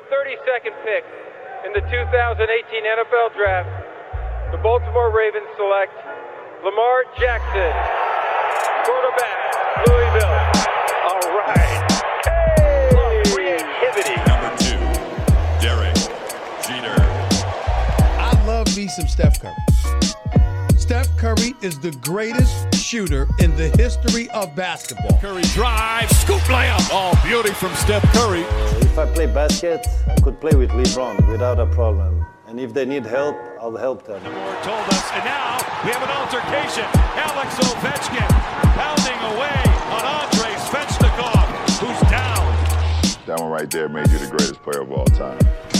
32nd pick in the 2018 NFL Draft, the Baltimore Ravens select Lamar Jackson, quarterback, Louisville. All right. Hey! Creativity. Number 2, Derek Jeter. I love me some Steph Curry. Steph Curry is the greatest shooter in the history of basketball. Curry drive, scoop layup. Oh, beauty from Steph Curry. If I play basket, I could play with LeBron without a problem. And if they need help, I'll help them. Moore told us, and now we have an altercation. Alex Ovechkin pounding away on Andrei Svechnikov, who's down. That one right there made you the greatest player of all time.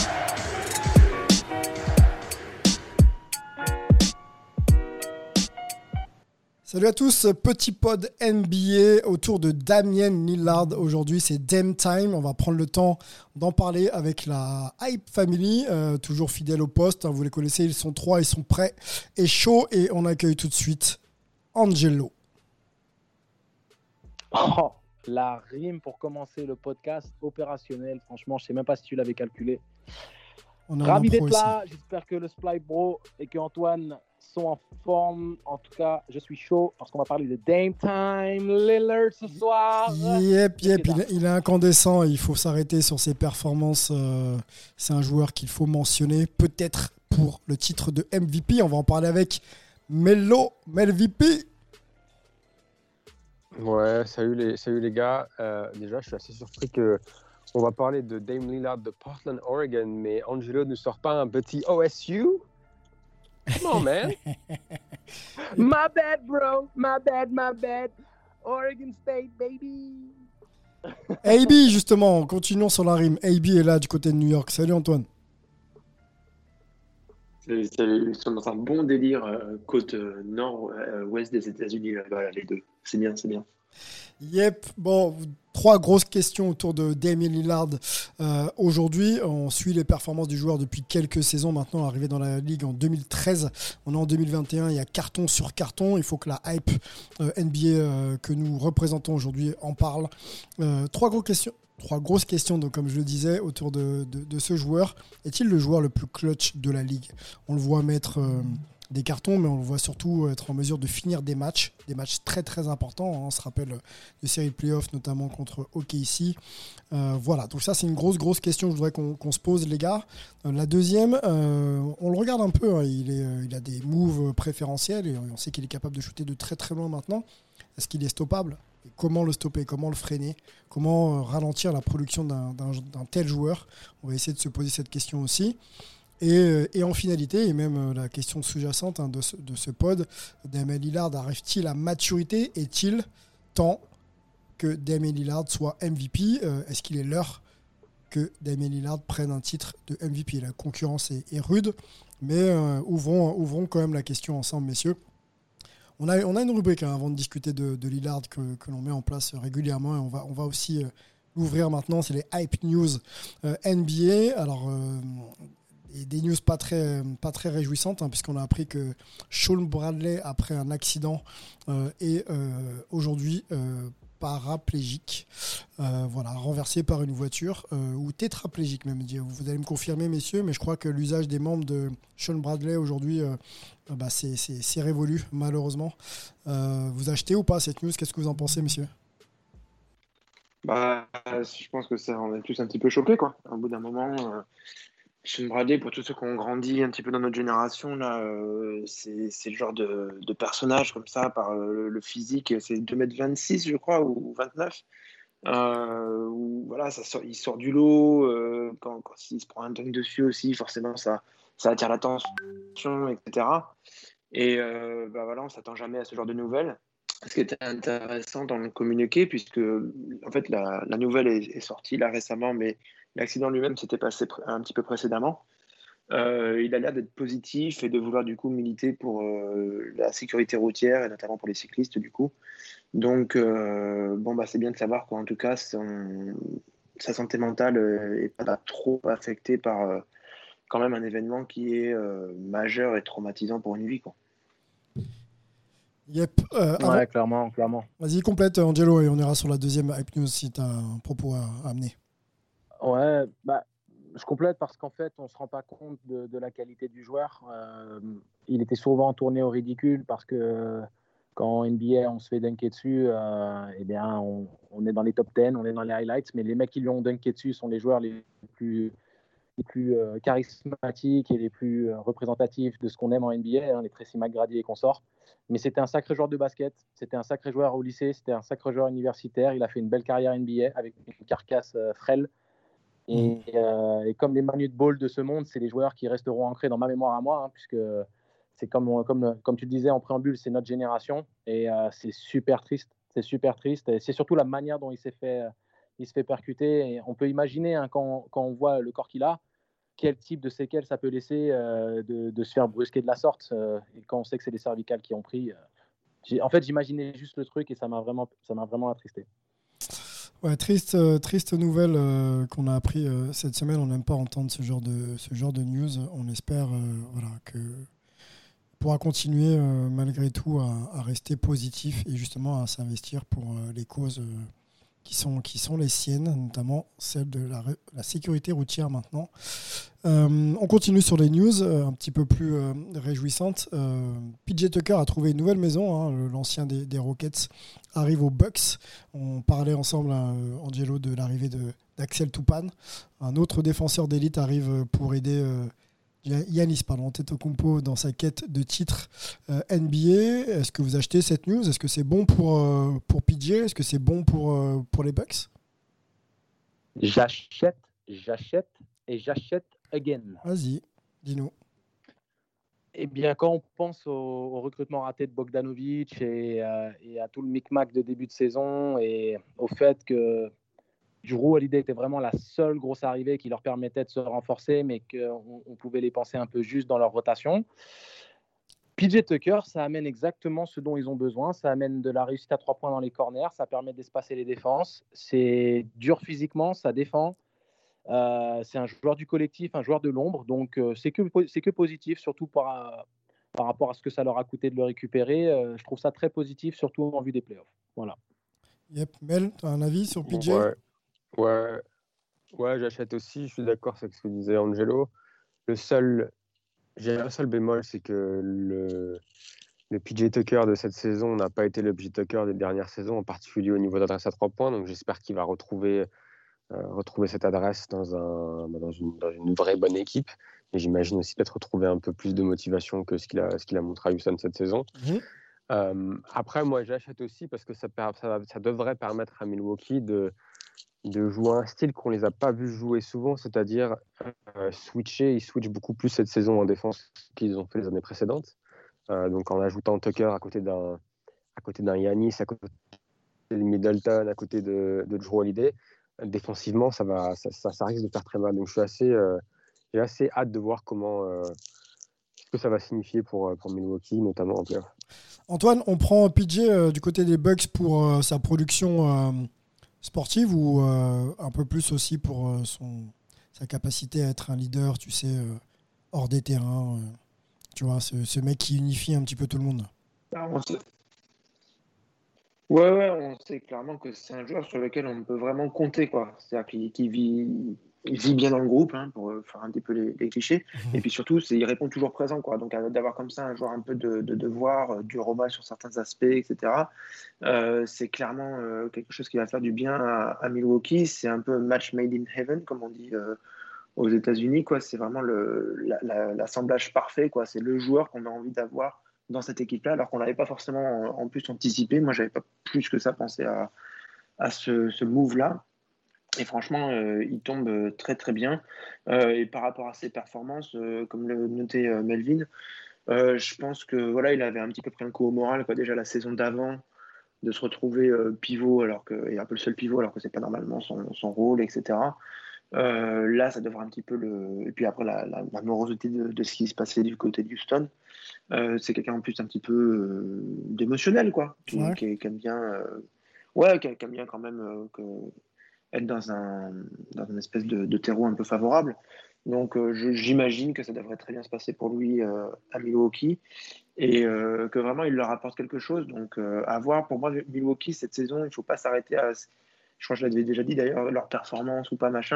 Salut à tous, petit pod NBA autour de Damian Lillard. Aujourd'hui, c'est Dame Time. On va prendre le temps d'en parler avec la Hype Family, toujours fidèle au poste. Vous les connaissez, ils sont 3, ils sont prêts et chauds. Et on accueille tout de suite Angelo. Oh, la rime pour commencer le podcast opérationnel. Franchement, je ne sais même pas si tu l'avais calculé. Ravi d'être là. J'espère que le Sply Bro et que Antoine sont en forme. En tout cas, je suis chaud parce qu'on va parler de Dame Time Lillard ce soir. Yep. Il est incandescent. Il faut s'arrêter sur ses performances. C'est un joueur qu'il faut mentionner. Peut-être pour le titre de MVP. On va en parler avec MelVP. Ouais, salut les gars. Déjà, je suis assez surpris qu'on va parler de Dame Lillard de Portland, Oregon, mais Angelo ne sort pas un petit OSU. Come on, man. My bad, bro. My bad. Oregon State, baby. AB, justement, continuons sur la rime. AB est là du côté de New York. Salut Antoine. Salut. Ils sont dans un bon délire côte nord-ouest des États-Unis. Voilà, les deux. C'est bien. Yep. Bon, 3 grosses questions autour de Damian Lillard. Aujourd'hui, on suit les performances du joueur depuis quelques saisons maintenant, arrivé dans la ligue en 2013. On est en 2021, il y a carton sur carton. Il faut que la hype NBA que nous représentons aujourd'hui en parle. 3 grosses questions, donc, comme je le disais, autour de ce joueur. Est-il le joueur le plus clutch de la ligue ? On le voit mettre des cartons, mais on le voit surtout être en mesure de finir des matchs très très importants. On se rappelle de séries de playoffs, notamment contre OKC. Voilà, donc ça c'est une grosse question que je voudrais qu'on se pose, les gars. La deuxième, on le regarde un peu, hein, il a des moves préférentiels et on sait qu'il est capable de shooter de très très loin maintenant. Est-ce qu'il est stoppable ? Et comment le stopper ? Comment le freiner ? Comment ralentir la production d'un tel joueur ? On va essayer de se poser cette question aussi. Et en finalité, et même la question sous-jacente de ce pod, Damian Lillard arrive-t-il à maturité ? Est-il temps que Damian Lillard soit MVP ? Est-ce qu'il est l'heure que Damian Lillard prenne un titre de MVP ? La concurrence est rude, mais ouvrons quand même la question ensemble, messieurs. On a une rubrique avant de discuter de Lillard que l'on met en place régulièrement, et on va aussi l'ouvrir maintenant, c'est les Hype News NBA. Alors, et des news pas très réjouissantes, hein, puisqu'on a appris que Shawn Bradley, après un accident, est aujourd'hui paraplégique, renversé par une voiture, ou tétraplégique même. Vous allez me confirmer, messieurs, mais je crois que l'usage des membres de Shawn Bradley aujourd'hui, c'est révolu, malheureusement. Vous achetez ou pas cette news ? Qu'est-ce que vous en pensez, messieurs ? Je pense que ça, on est tous un petit peu choqués, quoi. Au bout d'un moment... Shawn Bradley, pour tous ceux qui ont grandi un petit peu dans notre génération, là, c'est le genre de personnage comme ça, par le physique, c'est 2,26 m, je crois, ou 29. Voilà, il sort du lot, quand il se prend un dunk dessus aussi, forcément, ça attire l'attention, etc. Et voilà, on ne s'attend jamais à ce genre de nouvelles. Ce qui était intéressant dans le communiqué, puisque en fait, la nouvelle est sortie là récemment, mais l'accident lui-même s'était passé un petit peu précédemment. Il a l'air d'être positif et de vouloir du coup militer pour la sécurité routière et notamment pour les cyclistes du coup. Donc c'est bien de savoir qu'en tout cas sa santé mentale n'est pas trop affectée par quand même un événement qui est majeur et traumatisant pour une vie, quoi. Yep. Ouais, clairement. Vas-y, complète, Angelo, et on ira sur la deuxième Hype News si tu as un propos à amener. Ouais, Je complète parce qu'en fait, on ne se rend pas compte de la qualité du joueur. Il était souvent tourné au ridicule parce que quand en NBA, on se fait dunker dessus, eh bien, on est dans les top 10, on est dans les highlights, mais les mecs qui lui ont dunké dessus sont les joueurs les plus charismatiques et les plus représentatifs de ce qu'on aime en NBA, les Tracy McGrady et consorts. Mais c'était un sacré joueur de basket, c'était un sacré joueur au lycée, c'était un sacré joueur universitaire. Il a fait une belle carrière NBA avec une carcasse frêle. Et comme les Manu Ball de ce monde, c'est les joueurs qui resteront ancrés dans ma mémoire à moi, puisque c'est comme tu le disais en préambule, c'est notre génération. Et c'est super triste. C'est super triste. Et c'est surtout la manière dont il se fait percuter. Et on peut imaginer, quand on voit le corps qu'il a, quel type de séquelles ça peut laisser de se faire brusquer de la sorte. Et quand on sait que c'est les cervicales qui ont pris. En fait, j'imaginais juste le truc et ça m'a vraiment attristé. Ouais, triste nouvelle qu'on a appris cette semaine. On n'aime pas entendre ce genre de news. On espère que pourra continuer malgré tout à rester positif et justement à s'investir pour les causes qui sont les siennes, notamment celle de la sécurité routière maintenant. On continue sur les news un petit peu plus réjouissantes. PJ Tucker a trouvé une nouvelle maison. L'ancien des Rockets arrive aux Bucks. On parlait ensemble, Angelo, de l'arrivée d'Axel Toupane. Un autre défenseur d'élite arrive pour aider Giannis Antetokounmpo dans sa quête de titre NBA. Est-ce que vous achetez cette news? Est-ce que c'est bon pour PJ? Est-ce que c'est bon pour les Bucks? J'achète et j'achète again. Vas-y, dis-nous. Eh bien, quand on pense au recrutement raté de Bogdanovic et à tout le micmac de début de saison et au fait que Jrue Holiday était vraiment la seule grosse arrivée qui leur permettait de se renforcer, mais qu'on pouvait les penser un peu juste dans leur rotation. PJ Tucker, ça amène exactement ce dont ils ont besoin. Ça amène de la réussite à 3 points dans les corners. Ça permet d'espacer les défenses. C'est dur physiquement, ça défend. C'est un joueur du collectif, un joueur de l'ombre. Donc, c'est que positif, surtout par rapport à ce que ça leur a coûté de le récupérer. Je trouve ça très positif, surtout en vue des playoffs. Voilà. Yep. Mel, tu as un avis sur PJ? Ouais, j'achète aussi. Je suis d'accord avec ce que disait Angelo. J'ai un seul bémol, c'est que le PJ Tucker de cette saison n'a pas été le PJ Tucker des dernières saisons, en particulier au niveau d'adresse à 3 points. Donc j'espère qu'il va retrouver cette adresse dans une vraie bonne équipe. Et j'imagine aussi peut-être retrouver un peu plus de motivation que ce qu'il a montré à Houston cette saison. Après, moi, j'achète aussi parce que ça devrait permettre à Milwaukee de jouer un style qu'on ne les a pas vus jouer souvent, c'est-à-dire switcher. Ils switchent beaucoup plus cette saison en défense qu'ils ont fait les années précédentes. Donc en ajoutant Tucker à côté d'un Giannis, à côté de Middleton, à côté de Jrue Holiday, défensivement, ça risque de faire très mal. Donc j'ai assez hâte de voir ce que ça va signifier pour Milwaukee, notamment en playoff. Antoine, on prend PJ du côté des Bucks pour sa production sportive ou un peu plus aussi pour sa capacité à être un leader, tu sais, hors des terrains, tu vois, ce mec qui unifie un petit peu tout le monde. On sait clairement que c'est un joueur sur lequel on peut vraiment compter, quoi. C'est-à-dire qu'il vit bien dans le groupe, pour faire un petit peu les clichés. Et puis surtout, il répond toujours présent, quoi. Donc d'avoir comme ça un joueur un peu de devoir, du roman sur certains aspects, etc. C'est clairement quelque chose qui va faire du bien à Milwaukee. C'est un peu match made in heaven, comme on dit aux États-Unis, quoi. C'est vraiment l'assemblage parfait, quoi. C'est le joueur qu'on a envie d'avoir dans cette équipe-là, alors qu'on n'avait pas forcément en plus anticipé. Moi, j'avais pas plus que ça pensé à ce move-là. Et franchement, il tombe très très bien. Et par rapport à ses performances, comme le notait Melvin, je pense que il avait un petit peu pris un coup au moral, quoi. Déjà la saison d'avant, de se retrouver pivot et un peu le seul pivot alors que c'est pas normalement son rôle, etc. Là, ça devrait un petit peu et puis après la morosité de ce qui se passait du côté de Houston. C'est quelqu'un en plus un petit peu d'émotionnel, quoi, qui aime bien, qui aime bien quand même être dans une espèce de terreau un peu favorable. Donc j'imagine que ça devrait très bien se passer pour lui à Milwaukee et que vraiment il leur apporte quelque chose. Donc à voir. Pour moi, Milwaukee cette saison, il ne faut pas s'arrêter à, je crois que je l'avais déjà dit d'ailleurs, leur performance ou pas machin.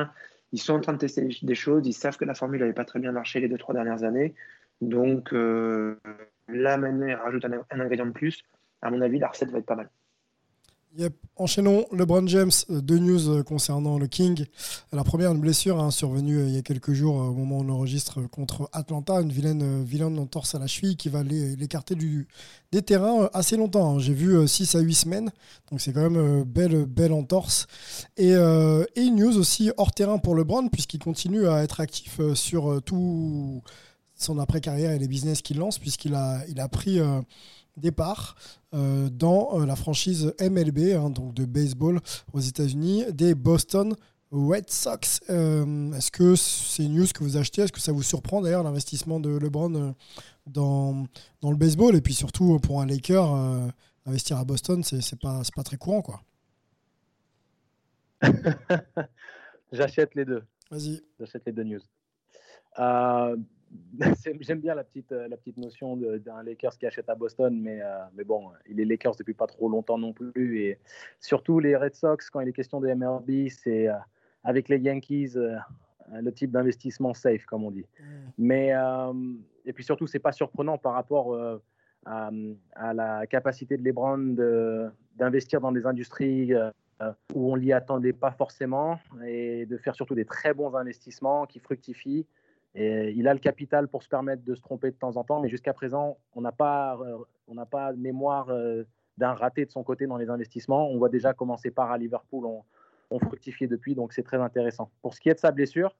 ils sont en train de tester des choses. Ils savent que la formule n'avait pas très bien marché les 2-3 dernières années. Donc là, maintenant, ils rajoutent un ingrédient de plus. À mon avis, la recette va être pas mal. Yep. Enchaînons. LeBron James, 2 news concernant le King. La première, une blessure survenue il y a quelques jours au moment où on enregistre contre Atlanta, une vilaine entorse à la cheville qui va l'écarter des terrains assez longtemps. J'ai vu 6 à 8 semaines, donc c'est quand même belle entorse. Et une news aussi hors terrain pour LeBron, puisqu'il continue à être actif sur tout son après-carrière et les business qu'il lance, puisqu'il a pris départ dans la franchise MLB, donc de baseball aux États-Unis, des Boston Red Sox. Est-ce que c'est une news que vous achetez? Est-ce que ça vous surprend d'ailleurs l'investissement de LeBron dans le baseball? Et puis surtout pour un Laker, investir à Boston, c'est pas très courant, quoi. J'achète les deux. Vas-y. J'achète les deux news. J'aime bien la petite notion d'un Lakers qui achète à Boston, mais bon, il est Lakers depuis pas trop longtemps non plus. Et surtout les Red Sox, quand il est question de MLB, c'est avec les Yankees le type d'investissement safe, comme on dit. Mais et puis surtout, c'est pas surprenant par rapport à la capacité de LeBron d'investir dans des industries où on l'y attendait pas forcément, et de faire surtout des très bons investissements qui fructifient. Et il a le capital pour se permettre de se tromper de temps en temps, mais jusqu'à présent, on n'a pas mémoire d'un raté de son côté dans les investissements. On voit déjà comment ses parts à Liverpool ont fructifié depuis, donc c'est très intéressant. Pour ce qui est de sa blessure,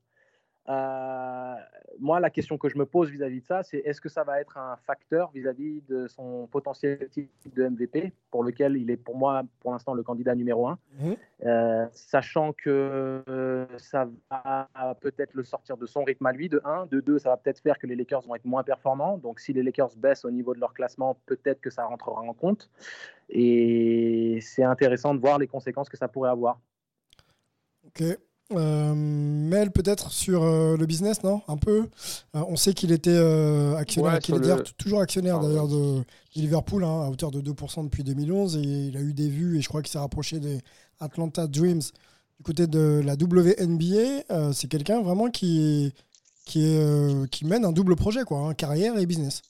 moi, la question que je me pose vis-à-vis de ça, c'est est-ce que ça va être un facteur vis-à-vis de son potentiel titre de MVP, pour lequel il est pour moi, pour l'instant, le candidat numéro 1, sachant que ça va peut-être le sortir de son rythme à lui, de 1. De 2, ça va peut-être faire que les Lakers vont être moins performants. Donc, si les Lakers baissent au niveau de leur classement, peut-être que ça rentrera en compte. Et c'est intéressant de voir les conséquences que ça pourrait avoir. Ok. Mel, peut-être sur le business, non? Un peu. On sait qu'il était actionnaire, qu'il est toujours actionnaire d'ailleurs de Liverpool, à hauteur de 2% depuis 2011, et il a eu des vues, et je crois qu'il s'est rapproché des Atlanta Dreams du côté de la WNBA. C'est quelqu'un vraiment qui mène un double projet, quoi, carrière et business.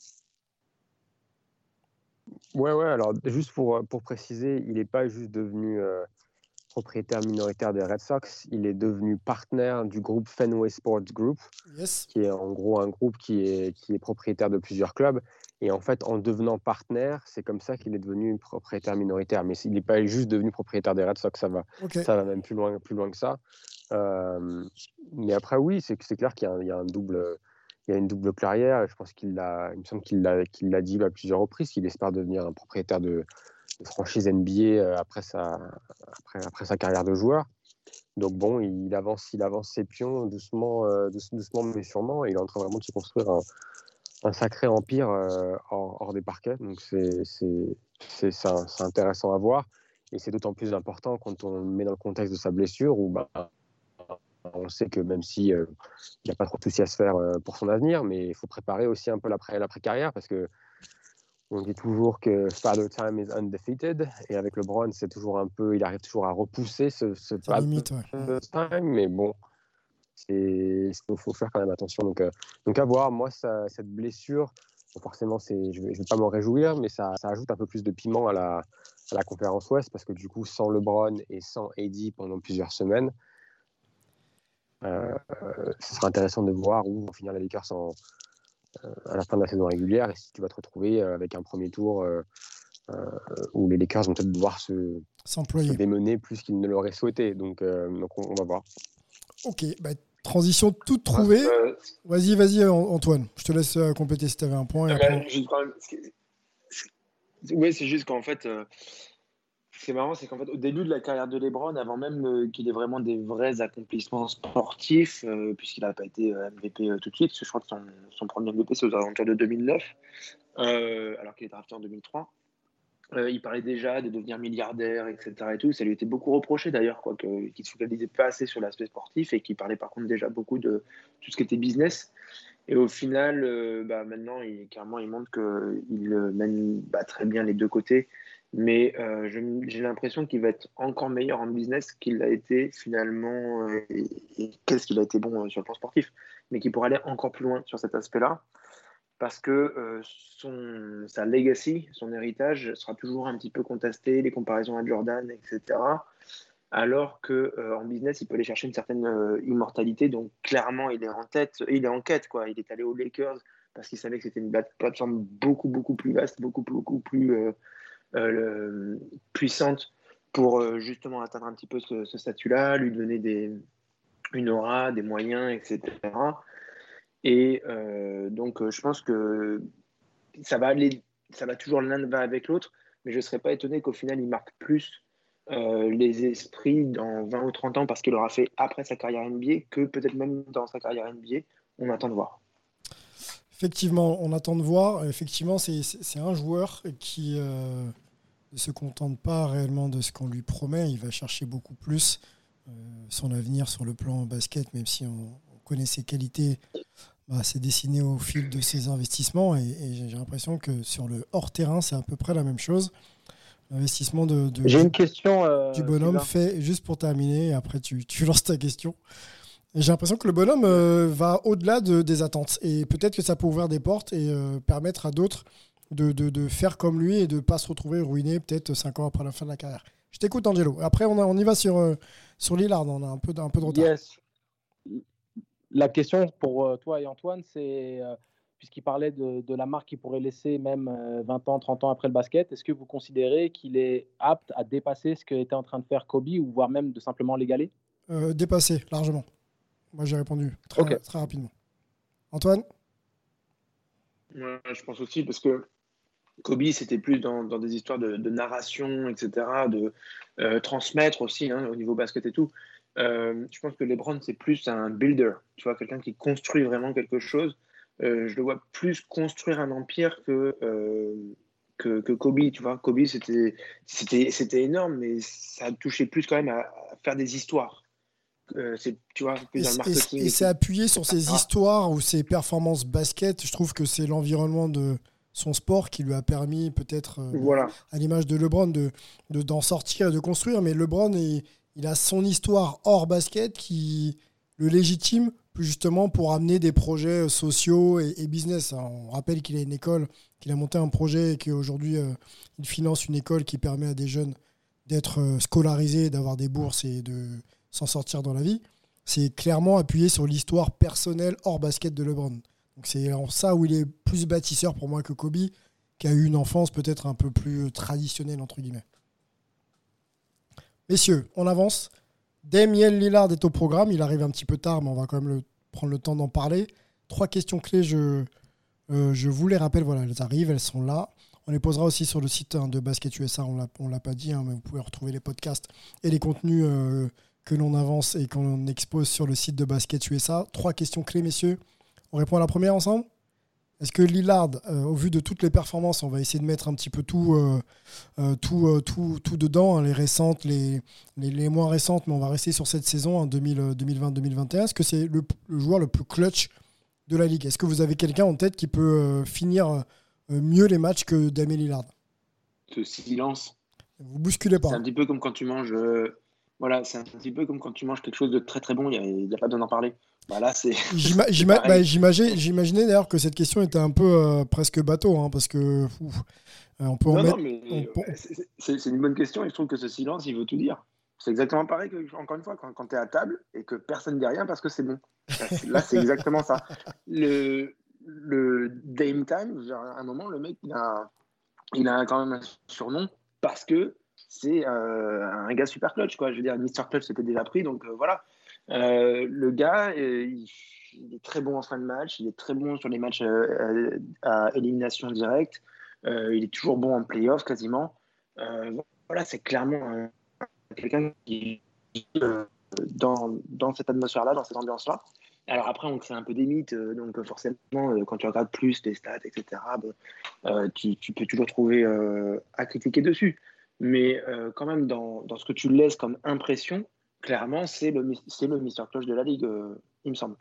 Ouais, alors juste pour préciser, il n'est pas juste devenu propriétaire minoritaire des Red Sox, il est devenu partenaire du groupe Fenway Sports Group, qui est en gros un groupe qui est propriétaire de plusieurs clubs. Et en fait, en devenant partenaire, c'est comme ça qu'il est devenu propriétaire minoritaire. Mais il n'est pas juste devenu propriétaire des Red Sox, ça va même plus loin que ça. Mais après, oui, c'est clair qu'il y a une double carrière. Je pense il me semble qu'il l'a dit à plusieurs reprises, qu'il espère devenir un propriétaire de franchise NBA après sa carrière de joueur. Donc bon, il avance ses pions doucement mais sûrement, et il est en train vraiment de se construire un sacré empire hors des parquets. Donc c'est intéressant à voir, et c'est d'autant plus important quand on le met dans le contexte de sa blessure, où on sait que même si il n'y a pas trop de soucis à se faire pour son avenir, mais il faut préparer aussi un peu l'après-carrière, parce que on dit toujours que Father Time is undefeated, et avec LeBron, c'est toujours un peu, il arrive toujours à repousser ce Father Time, mais bon, il faut faire quand même attention. Donc à voir. Moi, cette blessure, forcément, je vais pas m'en réjouir, mais ça ajoute un peu plus de piment à la conférence Ouest, parce que du coup, sans LeBron et sans AD pendant plusieurs semaines, ce sera intéressant de voir où vont finir les Lakers à la fin de la saison régulière, et si tu vas te retrouver avec un premier tour où les Lakers vont peut-être devoir se démener plus qu'ils ne l'auraient souhaité. Donc on va voir. Ok, transition toute trouvée. Vas-y Antoine, je te laisse compléter si tu avais un point. Oui, c'est juste qu'en fait, ce qui est marrant, c'est qu'en fait, au début de la carrière de LeBron, avant même qu'il ait vraiment des vrais accomplissements sportifs, puisqu'il n'a pas été MVP tout de suite, parce que je crois que son premier MVP, c'est aux alentours de 2009, alors qu'il est drafté en 2003. Il parlait déjà de devenir milliardaire, etc. Et tout. Ça lui était beaucoup reproché d'ailleurs, qu'il ne se focalisait pas assez sur l'aspect sportif, et qu'il parlait par contre déjà beaucoup de tout ce qui était business. Et au final, maintenant, il montre qu'il mène très bien les deux côtés, Mais j'ai l'impression qu'il va être encore meilleur en business qu'il l'a été finalement. Et qu'est-ce qu'il a été bon sur le plan sportif, mais qu'il pourrait aller encore plus loin sur cet aspect-là. Parce que sa legacy, son héritage sera toujours un petit peu contesté, les comparaisons à Jordan, etc. Alors qu'en business, il peut aller chercher une certaine immortalité. Donc clairement, il est en quête, quoi. Il est allé aux Lakers parce qu'il savait que c'était une plateforme beaucoup, beaucoup plus vaste, beaucoup, beaucoup plus puissante pour justement atteindre un petit peu ce statut-là, lui donner une aura, des moyens, etc. Et donc, je pense que ça va toujours l'un va avec l'autre, mais je ne serais pas étonné qu'au final, il marque plus les esprits dans 20 ou 30 ans parce qu'il l'aura fait après sa carrière NBA que peut-être même dans sa carrière NBA. On attend de voir. Effectivement, on attend de voir. Effectivement, c'est un joueur qui ne se contente pas réellement de ce qu'on lui promet. Il va chercher beaucoup plus son avenir sur le plan basket, même si on connaît ses qualités. C'est dessiné au fil de ses investissements et j'ai l'impression que sur le hors-terrain, c'est à peu près la même chose. L'investissement J'ai une question, du bonhomme fait, juste pour terminer, et après tu lances ta question. Et j'ai l'impression que le bonhomme va au-delà des attentes. Et peut-être que ça peut ouvrir des portes et permettre à d'autres de faire comme lui et de ne pas se retrouver ruiné peut-être 5 ans après la fin de la carrière. Je t'écoute, Angelo. Après, on y va sur Lillard. On a un peu de retard. Yes. La question pour toi et Antoine, c'est, puisqu'il parlait de la marque qu'il pourrait laisser même 20 ans, 30 ans après le basket, est-ce que vous considérez qu'il est apte à dépasser ce qu'était en train de faire Kobe ou voire même de simplement l'égaler ? Dépasser, largement. Moi, j'ai répondu très rapidement. Antoine ? Ouais, je pense aussi, parce que Kobe, c'était plus dans des histoires de narration, etc., de transmettre aussi au niveau basket et tout. Je pense que LeBron, c'est plus un builder, tu vois, quelqu'un qui construit vraiment quelque chose. Je le vois plus construire un empire que Kobe, tu vois. Kobe, c'était énorme, mais ça touchait plus quand même à faire des histoires. Tu vois, plus dans le marketing. Et c'est appuyé sur ses histoires ou ses performances basket. Je trouve que c'est l'environnement de son sport qui lui a permis peut-être, à l'image de LeBron, d'en sortir et de construire. Mais LeBron, il a son histoire hors basket qui le légitime justement pour amener des projets sociaux et business. On rappelle qu'il a une école, qu'il a monté un projet et qu'aujourd'hui, il finance une école qui permet à des jeunes d'être scolarisés, d'avoir des bourses et de s'en sortir dans la vie. C'est clairement appuyé sur l'histoire personnelle hors basket de LeBron. Donc c'est en ça où il est plus bâtisseur pour moi que Kobe, qui a eu une enfance peut-être un peu plus traditionnelle, entre guillemets. Messieurs, on avance. Damian Lillard est au programme. Il arrive un petit peu tard, mais on va quand même prendre le temps d'en parler. 3 questions clés, je vous les rappelle. Voilà, elles arrivent, elles sont là. On les posera aussi sur le site de Basket USA. On ne l'a pas dit, mais vous pouvez retrouver les podcasts et les contenus que l'on avance et qu'on expose sur le site de Basket USA. 3 questions clés, messieurs. On répond à la première ensemble ? Est-ce que Lillard, au vu de toutes les performances, on va essayer de mettre un petit peu tout dedans, les récentes, les moins récentes, mais on va rester sur cette saison, 2020-2021. Est-ce que c'est le joueur le plus clutch de la Ligue ? Est-ce que vous avez quelqu'un en tête qui peut finir mieux les matchs que Damian Lillard ? Ce silence. Vous bousculez pas. C'est un petit peu comme quand tu manges... c'est un petit peu comme quand tu manges quelque chose de très très bon, il n'y a pas besoin d'en parler. Là, c'est. J'imaginais d'ailleurs que cette question était un peu presque bateau, parce que on peut en mettre. C'est une bonne question et je trouve que ce silence, il veut tout dire. C'est exactement pareil que, encore une fois, quand tu es à table et que personne ne dit rien parce que c'est bon. Là, c'est exactement ça. Le Dame Time, genre, à un moment, le mec, il a quand même un surnom parce que c'est un gars super clutch, quoi. Je veux dire, Mr. Clutch, c'était déjà pris, donc voilà. Le gars, il est très bon en fin de match, il est très bon sur les matchs à élimination directe, il est toujours bon en play-off quasiment. Voilà, c'est clairement quelqu'un qui dans cette atmosphère-là, dans cette ambiance-là. Alors après, on crée un peu des mythes, donc forcément, quand tu regardes plus les stats, etc., tu peux toujours trouver à critiquer dessus. Mais quand même, dans ce que tu laisses comme impression, clairement, c'est le Mr. Clutch de la Ligue, il me semble.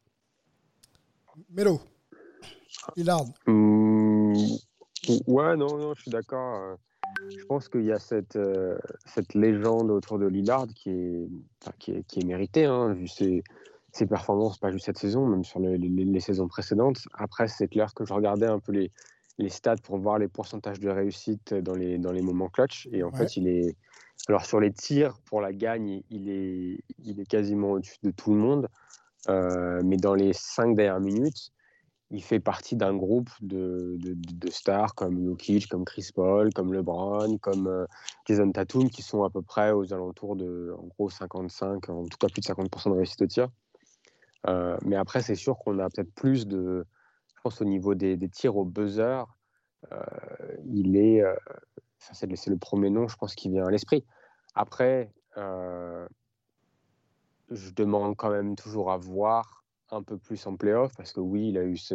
Melo, Lillard. Ouais, non, je suis d'accord. je pense qu'il y a cette légende autour de Lillard qui est méritée, hein, vu ses performances, pas juste cette saison, même sur les saisons précédentes. Après, c'est clair que je regardais un peu les stats pour voir les pourcentages de réussite dans les moments clutch. Et en fait, alors sur les tirs pour la gagne, il est quasiment au-dessus de tout le monde. Mais dans les 5 dernières minutes, il fait partie d'un groupe de stars comme Jokic, comme Chris Paul, comme LeBron, comme Jason Tatum, qui sont à peu près aux alentours de, en gros, 55, en tout cas plus de 50% de réussite au tir. Mais après, c'est sûr qu'on a peut-être plus de... Je pense au niveau des tirs au buzzer, c'est le premier nom, je pense, qui vient à l'esprit. Après, je demande quand même toujours à voir un peu plus en play-off, parce que oui, il a eu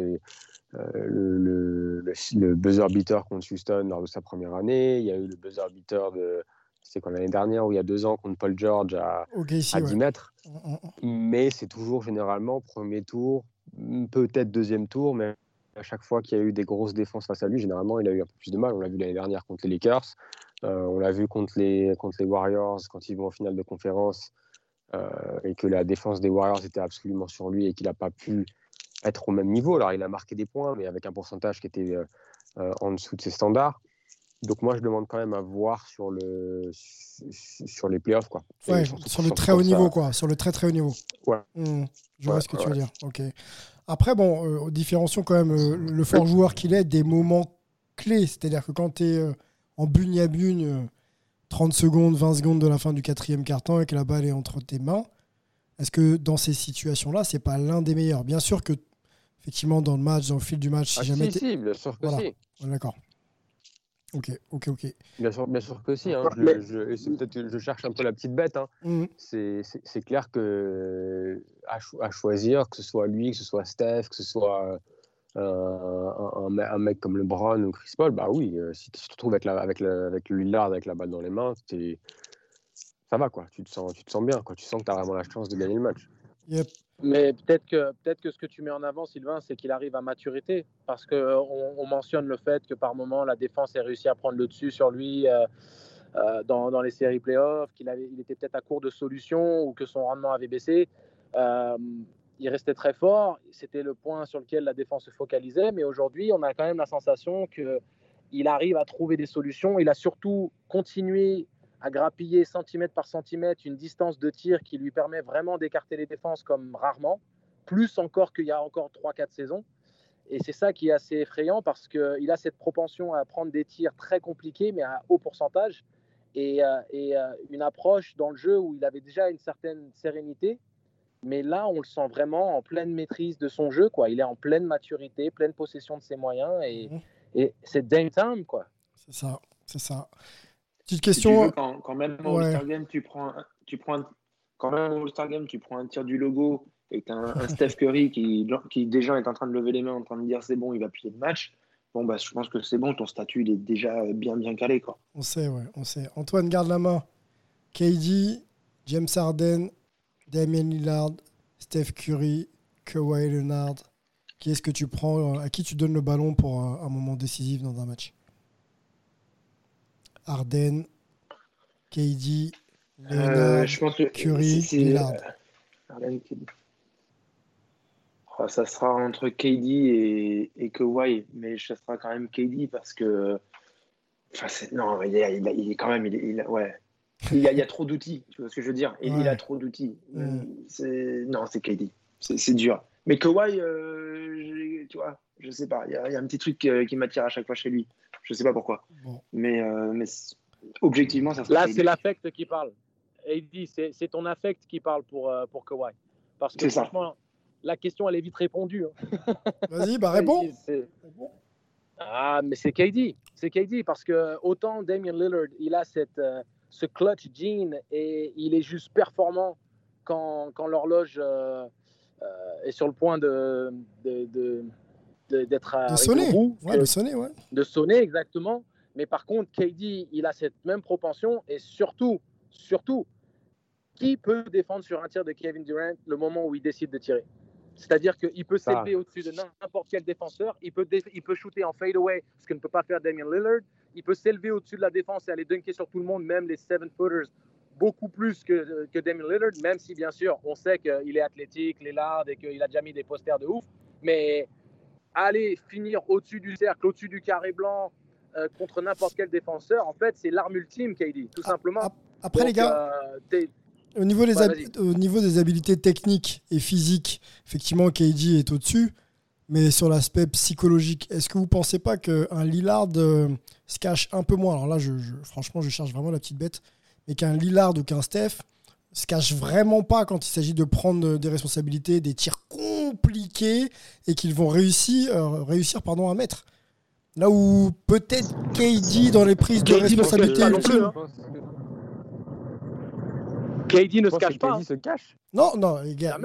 le buzzer beater contre Houston lors de sa première année. Il y a eu le buzzer beater c'était quand l'année dernière, ou il y a 2 ans, contre Paul George à 10 mètres. Mais c'est toujours généralement premier tour, peut-être deuxième tour, mais à chaque fois qu'il y a eu des grosses défenses face à lui, généralement, il a eu un peu plus de mal. On l'a vu l'année dernière contre les Lakers, on l'a vu contre les Warriors quand ils vont en finale de conférence, et que la défense des Warriors était absolument sur lui et qu'il n'a pas pu être au même niveau. Alors, il a marqué des points, mais avec un pourcentage qui était en dessous de ses standards. Donc, moi, je demande quand même à voir sur les playoffs, quoi. Ouais, sur le très haut niveau, quoi. Sur le très, très haut niveau. Ouais. Je vois ce que tu veux dire. Ok. Après, bon, différencions quand même le fort joueur qu'il est des moments clés. C'est-à-dire que quand tu es en bugne à bugne, 30 secondes, 20 secondes de la fin du 4e quart-temps et que la balle est entre tes mains, est-ce que dans ces situations-là, c'est pas l'un des meilleurs? Bien sûr que, effectivement, dans le fil du match, si bien sûr que si. D'accord. Ok. Bien sûr que si. Hein. Peut-être que je cherche un peu la petite bête. Hein. C'est clair que à choisir, que ce soit lui, que ce soit Steph, que ce soit un mec comme LeBron ou Chris Paul, bah oui, si tu te retrouves avec le Lillard avec la balle dans les mains, ça va, quoi. Tu te sens bien, quoi. Tu sens que tu as vraiment la chance de gagner le match. Yep. Mais peut-être que ce que tu mets en avant, Sylvain, c'est qu'il arrive à maturité, parce qu'on mentionne le fait que par moment la défense a réussi à prendre le dessus sur lui dans les séries playoffs, qu'il était peut-être à court de solutions ou que son rendement avait baissé. Il restait très fort, c'était le point sur lequel la défense se focalisait, mais aujourd'hui on a quand même la sensation qu'il arrive à trouver des solutions. Il a surtout continué à grappiller centimètre par centimètre une distance de tir qui lui permet vraiment d'écarter les défenses comme rarement, plus encore qu'il y a encore 3-4 saisons. Et c'est ça qui est assez effrayant, parce qu'il a cette propension à prendre des tirs très compliqués mais à haut pourcentage, et une approche dans le jeu où il avait déjà une certaine sérénité, mais là on le sent vraiment en pleine maîtrise de son jeu, quoi. Il est en pleine maturité, pleine possession de ses moyens, et c'est Dame Time, quoi. C'est ça. Petite question. Quand même au All-Star Game, tu prends un tir du logo et que tu as un Steph Curry qui déjà est en train de lever les mains, en train de dire c'est bon, il va plier le match. Bon, bah, je pense que c'est bon, ton statut il est déjà bien calé, quoi. On sait. Antoine, garde la main. KD, James Harden, Damian Lillard, Steph Curry, Kawhi Leonard. Qui est-ce que tu prends? À qui tu donnes le ballon pour un moment décisif dans un match? Harden, KD, Leonard, je pense que Curry, Lillard. Harden, KD. Ça sera entre KD et Kawhi, mais ça sera quand même KD parce que. Non, il est quand même. Il y a trop d'outils, tu vois ce que je veux dire? Il a trop d'outils. Non, c'est KD. C'est dur. Mais Kawhi, tu vois, je sais pas. Il y a un petit truc qui m'attire à chaque fois chez lui. Je sais pas pourquoi. Bon. Mais objectivement, ça. Là, c'est l'affect qui parle. AD, c'est ton affect qui parle pour Kawhi. Parce que franchement, la question, elle est vite répondue. Hein. Vas-y, réponds. Mais c'est KD. C'est KD parce que autant Damian Lillard, il a ce clutch gene et il est juste performant quand l'horloge est sur le point d'être à sonner. De sonner, exactement. Mais par contre, KD, il a cette même propension, et surtout, qui peut défendre sur un tir de Kevin Durant le moment où il décide de tirer? C'est-à-dire qu'il peut s'élever au-dessus de n'importe quel défenseur, il peut shooter en fadeaway, ce que ne peut pas faire Damian Lillard, il peut s'élever au-dessus de la défense et aller dunker sur tout le monde, même les 7-footers, beaucoup plus que Damian Lillard, même si bien sûr on sait qu'il est athlétique, Lillard, et qu'il a déjà mis des posters de ouf, mais aller finir au-dessus du cercle, au-dessus du carré blanc contre n'importe quel défenseur, en fait c'est l'arme ultime, KD, tout simplement. Après donc, les gars, au niveau des habilités techniques et physiques, effectivement KD est au-dessus, mais sur l'aspect psychologique, est-ce que vous ne pensez pas qu'un Lillard se cache un peu moins? Alors là, franchement, je cherche vraiment la petite bête, mais qu'un Lillard ou qu'un Steph se cache vraiment pas quand il s'agit de prendre des responsabilités, des tirs compliqués, et qu'ils vont réussir à mettre. Là où peut-être KD dans les prises de responsabilité ultimes. KD ne se cache pas. KD se cache. Non, les gars.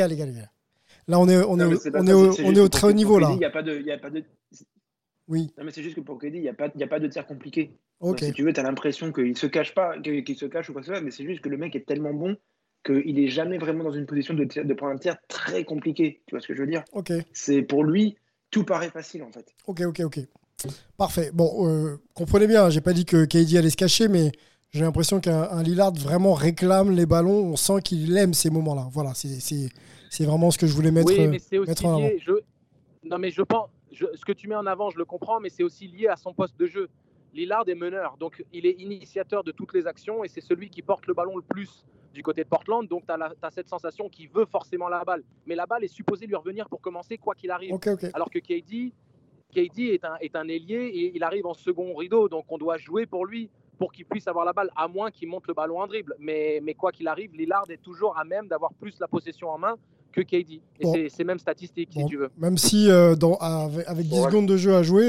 Là, on est au très haut niveau, là. Il n'y a pas de... Oui. Non, mais c'est juste que pour KD, il n'y a pas de tir compliqué. Okay. Donc, si tu veux, tu as l'impression qu'il ne se cache pas, qu'il se cache ou quoi que ce soit, mais c'est juste que le mec est tellement bon qu'il n'est jamais vraiment dans une position de prendre un tir très compliqué. Tu vois ce que je veux dire? C'est pour lui, tout paraît facile, en fait. Ok. Parfait. Bon, comprenez bien, j'ai pas dit que KD allait se cacher, mais j'ai l'impression qu'un Lillard vraiment réclame les ballons. On sent qu'il aime ces moments-là. Voilà, c'est vraiment ce que je voulais mettre, oui, mais c'est aussi mettre en avant. Non, mais je pense, ce que tu mets en avant, je le comprends, mais c'est aussi lié à son poste de jeu. Lillard est meneur, donc il est initiateur de toutes les actions et c'est celui qui porte le ballon le plus du côté de Portland. Donc tu as cette sensation qu'il veut forcément la balle. Mais la balle est supposée lui revenir pour commencer quoi qu'il arrive. Okay. Alors que KD est un ailier et il arrive en second rideau. Donc on doit jouer pour lui pour qu'il puisse avoir la balle, à moins qu'il monte le ballon en dribble. Mais quoi qu'il arrive, Lillard est toujours à même d'avoir plus la possession en main que KD. Et c'est même statistique, si tu veux. Même si avec 10 secondes de jeu à jouer,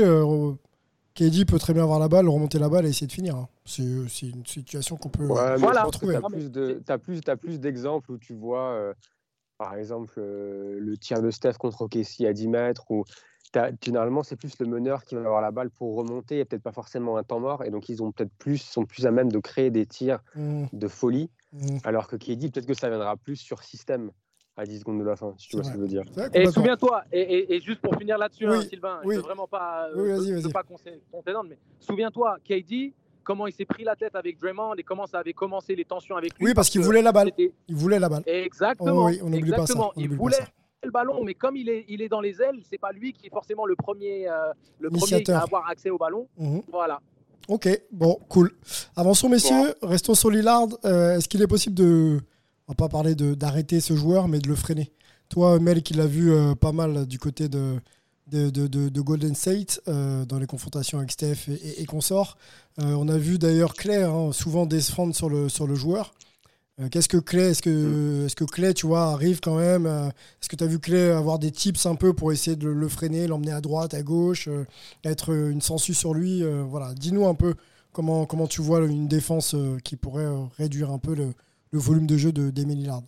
KD peut très bien avoir la balle, remonter la balle et essayer de finir. Hein. C'est une situation qu'on peut retrouver. Tu as plus d'exemples où tu vois, par exemple, le tir de Steph contre OKC à 10 mètres, où généralement, c'est plus le meneur qui va avoir la balle pour remonter. Il n'y a peut-être pas forcément un temps mort. Et donc, ils sont plus à même de créer des tirs de folie. Alors que KD, peut-être que ça viendra plus sur système à 10 secondes de la fin, si tu vois ce que je veux dire. Et souviens-toi, et juste pour finir là-dessus, Sylvain, je ne veux vraiment pas contenter, mais souviens-toi, KD, comment il s'est pris la tête avec Draymond et comment ça avait commencé les tensions avec lui. Oui, parce qu'il voulait la balle. Il voulait la balle. Exactement. On n'oublie pas ça. Il voulait le ballon, mais comme il est dans les ailes, c'est pas lui qui est forcément le premier à avoir accès au ballon. Voilà. Ok, bon, cool. Avançons, messieurs. Restons sur Lillard. Est-ce qu'il est possible on va pas parler d'arrêter ce joueur, mais de le freiner? Toi, Mel, qui l'a vu pas mal du côté de Golden State dans les confrontations avec Steph et consorts. On a vu d'ailleurs Clay souvent défendre sur le joueur. Qu'est-ce que Clay, est-ce que Clay, tu vois, arrive quand même est-ce que tu as vu Clay avoir des tips un peu pour essayer de le freiner, l'emmener à droite, à gauche, être une sangsue sur lui voilà, dis-nous un peu comment tu vois une défense qui pourrait réduire un peu le volume de jeu de Damian Lillard.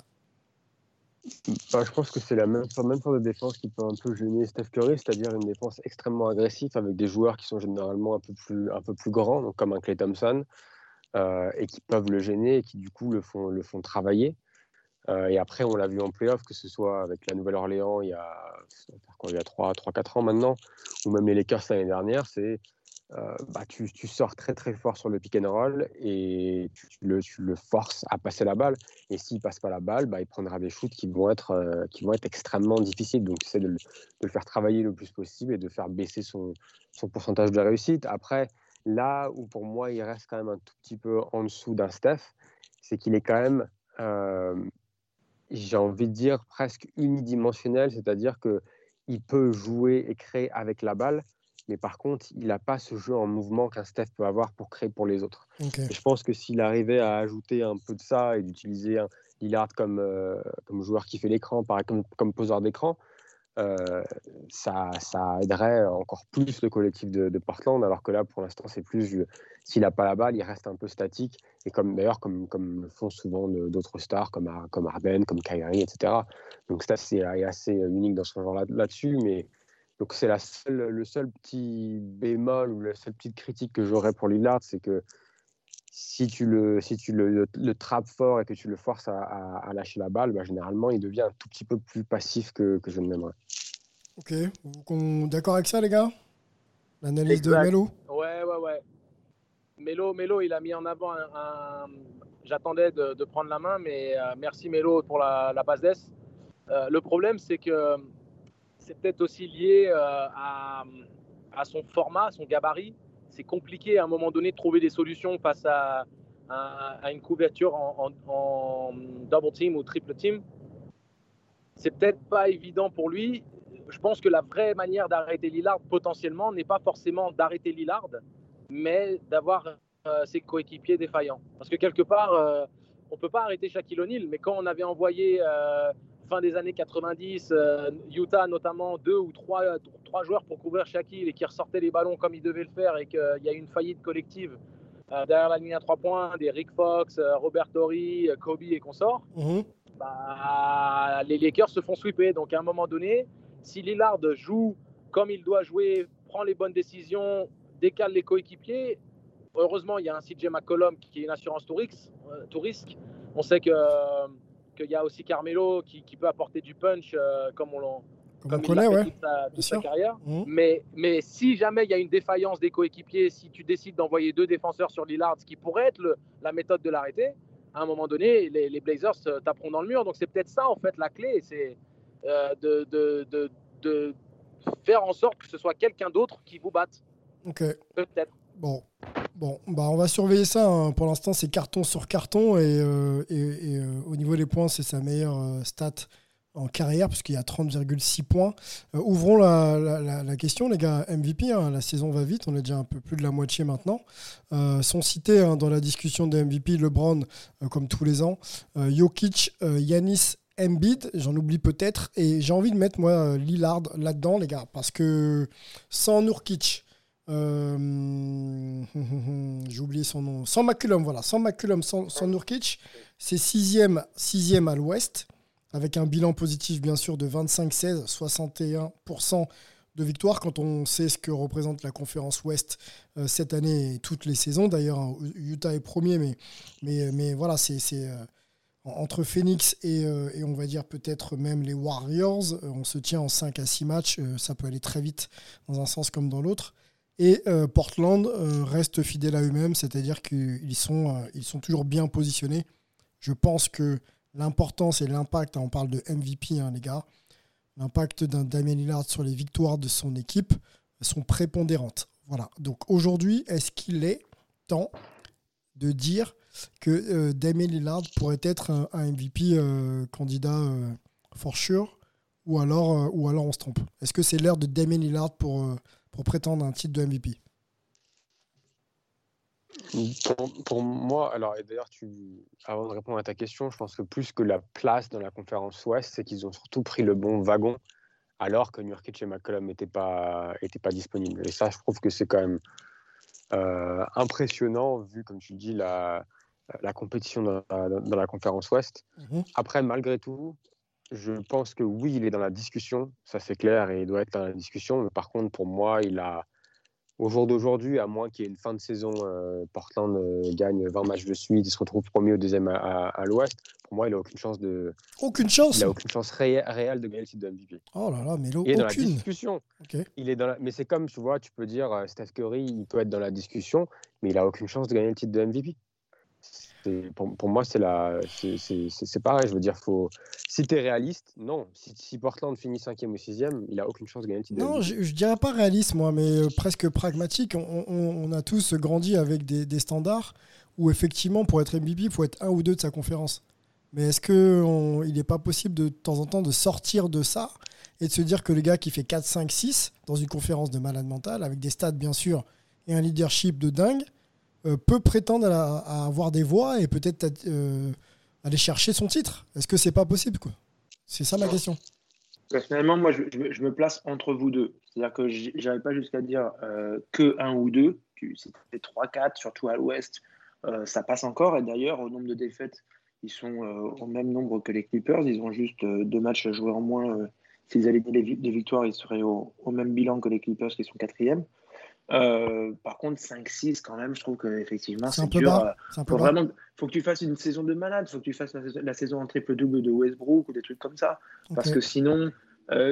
Je pense que c'est la même sorte de défense qui peut un peu gêner Steph Curry, c'est-à-dire une défense extrêmement agressive avec des joueurs qui sont généralement un peu plus grands, donc comme un Klay Thompson, et qui peuvent le gêner et qui du coup le font travailler. Et après, on l'a vu en play-off, que ce soit avec la Nouvelle-Orléans il y a 3-4 ans maintenant, ou même les Lakers l'année dernière, c'est tu sors très très fort sur le pick and roll et tu le forces à passer la balle, et s'il passe pas la balle, il prendra des shoots qui vont être extrêmement difficiles. Donc tu essaies de le faire travailler le plus possible et de faire baisser son pourcentage de réussite. Après, là où pour moi il reste quand même un tout petit peu en dessous d'un Steph, c'est qu'il est quand même j'ai envie de dire presque unidimensionnel, c'est-à-dire qu'il peut jouer et créer avec la balle, mais par contre, il n'a pas ce jeu en mouvement qu'un Steph peut avoir pour créer pour les autres. Okay. Et je pense que s'il arrivait à ajouter un peu de ça et d'utiliser un Lillard comme joueur qui fait l'écran, comme poseur d'écran, ça aiderait encore plus le collectif de Portland, alors que là, pour l'instant, c'est plus s'il n'a pas la balle, il reste un peu statique, et comme le font souvent d'autres stars, comme Harden, comme Kyrie, etc. Donc ça, c'est assez unique dans ce genre là-dessus, mais donc c'est le seul petit bémol ou la seule petite critique que j'aurais pour Lillard, c'est que si tu le trappes fort et que tu le forces à lâcher la balle, généralement il devient un tout petit peu plus passif que je ne l'aimerais. Ok, d'accord avec ça les gars? L'analyse de Melo? Ouais. Melo, il a mis en avant j'attendais de prendre la main, mais merci Melo pour la passe d'ess. Le problème, c'est que c'est peut-être aussi lié à son format, son gabarit. C'est compliqué à un moment donné de trouver des solutions face à une couverture en double team ou triple team. C'est peut-être pas évident pour lui. Je pense que la vraie manière d'arrêter Lillard potentiellement n'est pas forcément d'arrêter Lillard, mais d'avoir ses coéquipiers défaillants. Parce que quelque part, on ne peut pas arrêter Shaquille O'Neal, mais quand on avait envoyé fin des années 90, Utah notamment, 2 ou 3 joueurs pour couvrir Shaquille et qui ressortaient les ballons comme ils devaient le faire et qu'il y a eu une faillite collective derrière la ligne à 3 points, des Rick Fox, Robert Horry, Kobe et consorts, les Lakers se font sweeper. Donc à un moment donné, si Lillard joue comme il doit jouer, prend les bonnes décisions, décale les coéquipiers, heureusement il y a un CJ McCollum qui est une assurance tout risque. On sait qu'il y a aussi Carmelo qui peut apporter du punch comme il connaît, l'a fait toute sa carrière. Mais si jamais il y a une défaillance des coéquipiers, si tu décides d'envoyer 2 défenseurs sur Lillard, ce qui pourrait être la méthode de l'arrêter, à un moment donné, les Blazers taperont dans le mur. Donc c'est peut-être ça en fait la clé, c'est de faire en sorte que ce soit quelqu'un d'autre qui vous batte. Ok. Peut-être. Bon, on va surveiller ça. Hein. Pour l'instant, c'est carton sur carton et au niveau des points, c'est sa meilleure stat en carrière puisqu'il y a 30,6 points. Ouvrons la question, les gars. MVP, hein, la saison va vite. On est déjà un peu plus de la moitié maintenant. Sont cités dans la discussion des MVP LeBron, comme tous les ans, Jokic, Giannis, Embiid, j'en oublie peut-être. Et j'ai envie de mettre, moi, Lillard là-dedans, les gars, parce que sans Nurkic, j'ai oublié son nom. Sans McCollum, voilà. Sans McCollum, sans Nurkic, c'est sixième à l'Ouest, avec un bilan positif, bien sûr, de 25-16, 61% de victoire. Quand on sait ce que représente la conférence Ouest cette année et toutes les saisons, d'ailleurs, hein, Utah est premier, mais voilà, c'est entre Phoenix et on va dire peut-être même les Warriors, on se tient en 5 à 6 matchs. Ça peut aller très vite dans un sens comme dans l'autre. Et Portland reste fidèle à eux-mêmes, c'est-à-dire qu'ils sont toujours bien positionnés. Je pense que l'importance et l'impact, on parle de MVP, hein, les gars, l'impact d'un Damian Lillard sur les victoires de son équipe sont prépondérantes. Voilà. Donc aujourd'hui, est-ce qu'il est temps de dire que Damian Lillard pourrait être un MVP candidat for sure, ou alors on se trompe? Est-ce que c'est l'heure de Damian Lillard pour prétendre un titre de MVP? Pour moi, alors, et d'ailleurs, avant de répondre à ta question, je pense que plus que la place dans la conférence Ouest, c'est qu'ils ont surtout pris le bon wagon, alors que Nurkic et McCollum n'étaient pas disponibles. Et ça, je trouve que c'est quand même impressionnant, vu, comme tu le dis, la compétition dans la conférence Ouest. Après, malgré tout, je pense que oui, il est dans la discussion, ça c'est clair, et il doit être dans la discussion. Mais par contre, pour moi, au jour d'aujourd'hui, à moins qu'il y ait une fin de saison, Portland gagne 20 matchs de suite, il se retrouve premier ou deuxième à l'Ouest. Pour moi, il n'a aucune chance Il n'a aucune chance réelle de gagner le titre de MVP. Oh là là, mais il est dans la discussion. Okay. Mais c'est comme, tu vois, tu peux dire Steph Curry, il peut être dans la discussion, mais il n'a aucune chance de gagner le titre de MVP. Pour moi, c'est pareil. Je veux dire, si tu es réaliste, non. Si Portland finit 5e ou 6e, il n'a aucune chance de gagner le titre. Non, je ne dirais pas réaliste, moi, mais presque pragmatique. On a tous grandi avec des standards où, effectivement, pour être MVP, il faut être 1 ou 2 de sa conférence. Mais est-ce qu'il n'est pas possible de temps en temps de sortir de ça et de se dire que le gars qui fait 4, 5, 6 dans une conférence de malade mental, avec des stats, bien sûr, et un leadership de dingue, peut prétendre à avoir des voix et peut-être aller chercher son titre? Est-ce que c'est pas possible, quoi? C'est ça ma question. Personnellement, moi, je me place entre vous deux. C'est-à-dire que je n'irai pas jusqu'à dire que 1 ou 2. Si tu fais 3-4, surtout à l'Ouest, ça passe encore. Et d'ailleurs, au nombre de défaites, ils sont au même nombre que les Clippers. Ils ont juste 2 matchs à jouer en moins. S'ils alignaient les victoires, ils seraient au même bilan que les Clippers qui sont 4e. Par contre 5-6 quand même, je trouve qu'effectivement c'est dur. Faut que tu fasses une saison de malade, faut que tu fasses la saison en triple-double de Westbrook ou des trucs comme ça, parce que sinon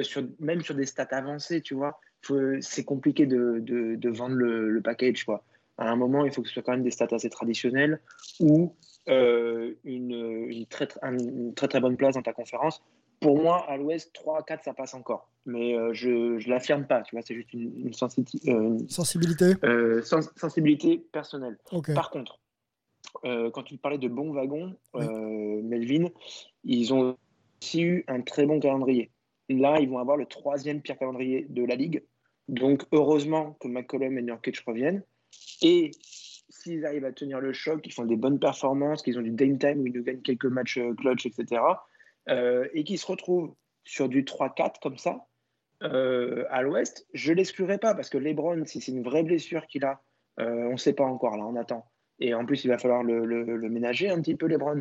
même sur des stats avancées, tu vois, c'est compliqué de vendre le package, quoi. À un moment, il faut que ce soit quand même des stats assez traditionnelles ou une très très bonne place dans ta conférence. Pour moi, à l'Ouest, 3-4, ça passe encore. Mais je ne l'affirme pas, tu vois, c'est juste une sensibilité personnelle. Okay. Par contre, quand tu parlais de bons wagons, Melvin, ils ont aussi eu un très bon calendrier. Là, ils vont avoir le 3e pire calendrier de la Ligue. Donc, heureusement que McCollum et Nurkic reviennent. Et s'ils arrivent à tenir le choc, qu'ils font des bonnes performances, qu'ils ont du game time où ils nous gagnent quelques matchs clutch, etc., et qu'ils se retrouvent sur du 3-4 comme ça, à l'Ouest, je ne l'exclurai pas parce que LeBron, si c'est une vraie blessure qu'il a, on ne sait pas encore, là, on attend. Et en plus, il va falloir le ménager un petit peu, LeBron.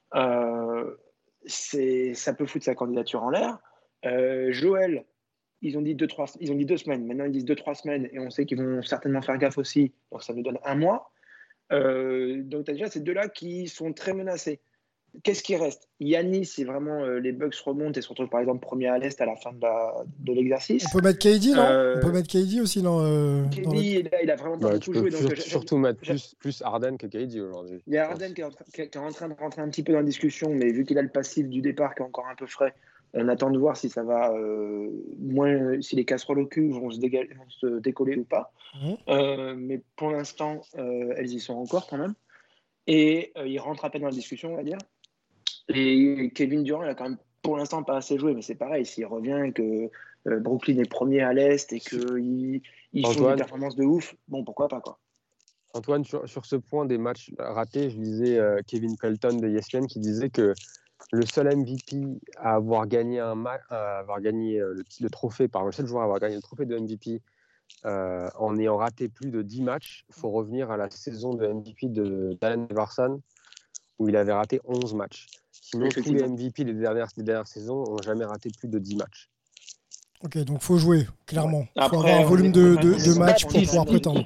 Ça peut foutre sa candidature en l'air. Joël, ils ont dit 2 semaines. Maintenant, ils disent 2-3 semaines. Et on sait qu'ils vont certainement faire gaffe aussi. Donc, ça nous donne 1 mois. Donc, tu as déjà ces deux-là qui sont très menacés. Qu'est-ce qui reste? Giannis, si vraiment les Bucks remontent et se retrouvent par exemple premier à l'Est à la fin de l'exercice. On peut mettre KD, non? On peut mettre KD aussi, non? KD, il a vraiment pas beaucoup joué. Donc, surtout mettre plus Harden que KD aujourd'hui. Il y a Harden qui est en train de rentrer un petit peu dans la discussion, mais vu qu'il a le passif du départ qui est encore un peu frais, on attend de voir si ça va si les casseroles au cul vont se décoller ou pas. Mais pour l'instant, elles y sont encore quand même. Et il rentre à peine dans la discussion, on va dire. Et Kevin Durant, il a quand même pour l'instant pas assez joué, mais c'est pareil, s'il revient et que Brooklyn est premier à l'Est et qu'ils font des performances de ouf, bon, pourquoi pas, quoi. Antoine, sur ce point des matchs ratés, je lisais Kevin Pelton de ESPN qui disait que le seul MVP à avoir gagné le trophée, le seul joueur à avoir gagné le trophée de MVP en ayant raté plus de 10 matchs, il faut revenir à la saison de MVP d'Allen Iverson où il avait raté 11 matchs. Sinon, tous les MVP des dernières saisons n'ont jamais raté plus de 10 matchs. Ok, donc il faut jouer, clairement. Il faut avoir un volume de matchs pour pouvoir prétendre.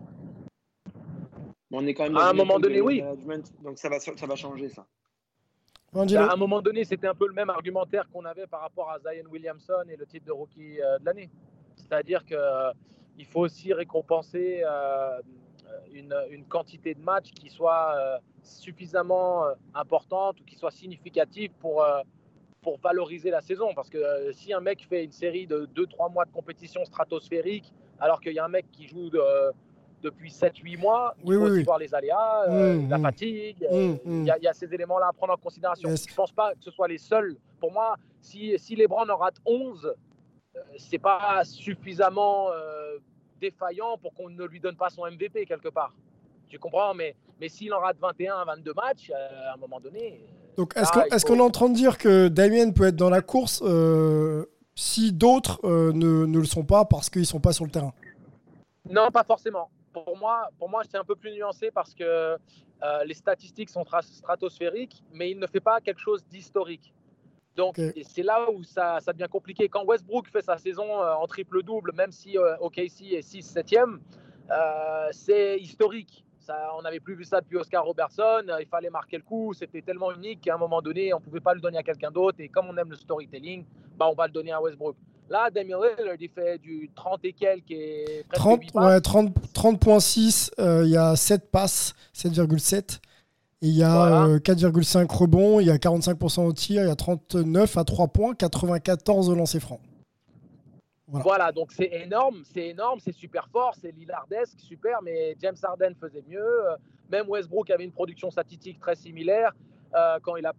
Bon, on est quand même à un moment donné, oui. Donc ça va changer, ça. À un moment donné, c'était un peu le même argumentaire qu'on avait par rapport à Zion Williamson et le titre de rookie de l'année. C'est-à-dire qu'il faut aussi récompenser une quantité de matchs qui soit suffisamment importante ou qui soit significative pour valoriser la saison. Parce que si un mec fait une série de 2-3 mois de compétition stratosphérique, alors qu'il y a un mec qui joue depuis 7-8 mois, il faut aussi voir les aléas, la fatigue. Il y a ces éléments-là à prendre en considération. Je ne pense pas que ce soit les seuls. Pour moi, si LeBron en rate 11, c'est pas suffisamment défaillant pour qu'on ne lui donne pas son MVP quelque part. Tu comprends? Mais s'il en rate 21, 22 matchs, à un moment donné... Donc, est-ce qu'on est en train de dire que Damien peut être dans la course si d'autres ne le sont pas parce qu'ils ne sont pas sur le terrain? Non, pas forcément. Pour moi, c'est un peu plus nuancé parce que les statistiques sont stratosphériques, mais il ne fait pas quelque chose d'historique. Donc, c'est là où ça devient compliqué. Quand Westbrook fait sa saison en triple-double, même si OKC est 6-7e, c'est historique. On n'avait plus vu ça depuis Oscar Robertson. Il fallait marquer le coup. C'était tellement unique qu'à un moment donné, on ne pouvait pas le donner à quelqu'un d'autre. Et comme on aime le storytelling, on va le donner à Westbrook. Là, Damian Lillard, il fait du 30 et quelques et presque 8 passes. 30.6, il y a 7 passes, 7,7. Et il y a 4,5 rebonds, il y a 45% au tir, il y a 39 à 3 points, 94 au lancer franc. Voilà, donc c'est énorme, c'est super fort, c'est Lillardesque, super, mais James Harden faisait mieux. Même Westbrook avait une production statistique très similaire quand il n'a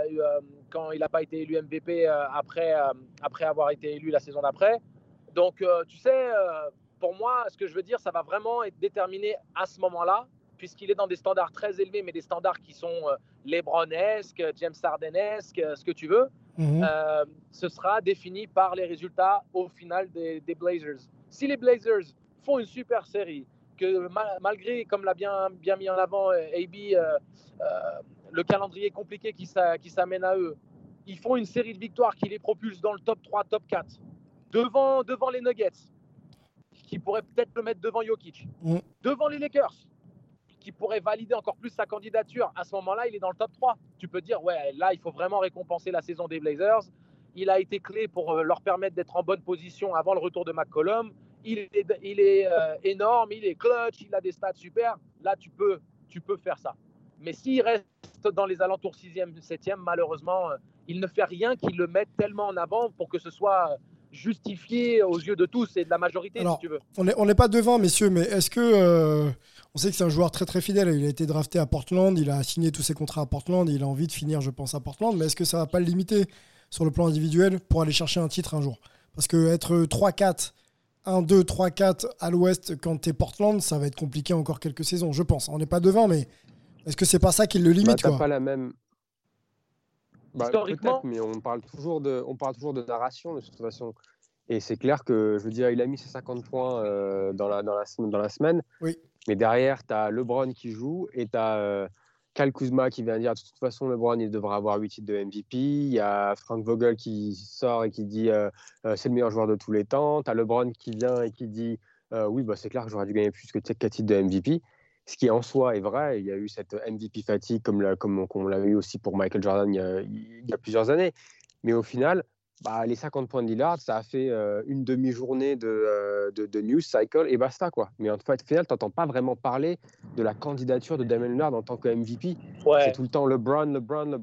pas été élu MVP après avoir été élu la saison d'après. Donc, tu sais, pour moi, ce que je veux dire, ça va vraiment être déterminé à ce moment-là, puisqu'il est dans des standards très élevés, mais des standards qui sont LeBronesques, James Hardenesques, ce que tu veux. Ce sera défini par les résultats au final des Blazers. Si les Blazers font une super série, que malgré, comme l'a bien mis en avant AB, le calendrier compliqué qui s'amène à eux, ils font une série de victoires qui les propulse dans le top 3, top 4, devant les Nuggets, qui pourraient peut-être le mettre devant Jokic, devant les Lakers, qui pourrait valider encore plus sa candidature. À ce moment-là, il est dans le top 3. Tu peux dire, ouais, là, il faut vraiment récompenser la saison des Blazers. Il a été clé pour leur permettre d'être en bonne position avant le retour de McCollum. il est énorme, il est clutch, il a des stats super. Là, tu peux faire ça. Mais s'il reste dans les alentours 6e, 7e, malheureusement, il ne fait rien qui le mette tellement en avant pour que ce soit justifié aux yeux de tous et de la majorité. Alors, si tu veux. On n'est pas devant, messieurs, mais est-ce que on sait que c'est un joueur très très fidèle. Il a été drafté à Portland, il a signé tous ses contrats à Portland, il a envie de finir, je pense, à Portland. Mais est-ce que ça va pas le limiter sur le plan individuel pour aller chercher un titre un jour? Parce que être 3-4, 1-2, 3-4 à l'Ouest quand t'es Portland, ça va être compliqué encore quelques saisons, je pense. On n'est pas devant, mais est-ce que c'est pas ça qui le limite, t'as quoi? pas la même. Historiquement, peut-être, mais on parle toujours de narration de toute façon. Et c'est clair que, je veux dire, il a mis ses 50 points dans la semaine. Oui. Mais derrière, tu as LeBron qui joue et tu as Kyle Kuzma qui vient dire de toute façon, LeBron, il devra avoir 8 titres de MVP. Il y a Frank Vogel qui sort et qui dit c'est le meilleur joueur de tous les temps. Tu as LeBron qui vient et qui dit oui, bah, c'est clair que j'aurais dû gagner plus que 4 titres de MVP. Ce qui en soi est vrai. Il y a eu cette MVP fatigue comme on l'a eu aussi pour Michael Jordan il y a plusieurs années. Mais au final, les 50 points de Lillard, ça a fait une demi-journée de news cycle et basta, quoi. Mais en fait, au final, tu n'entends pas vraiment parler de la candidature de Damian Lillard en tant que MVP. Ouais. C'est tout le temps LeBron,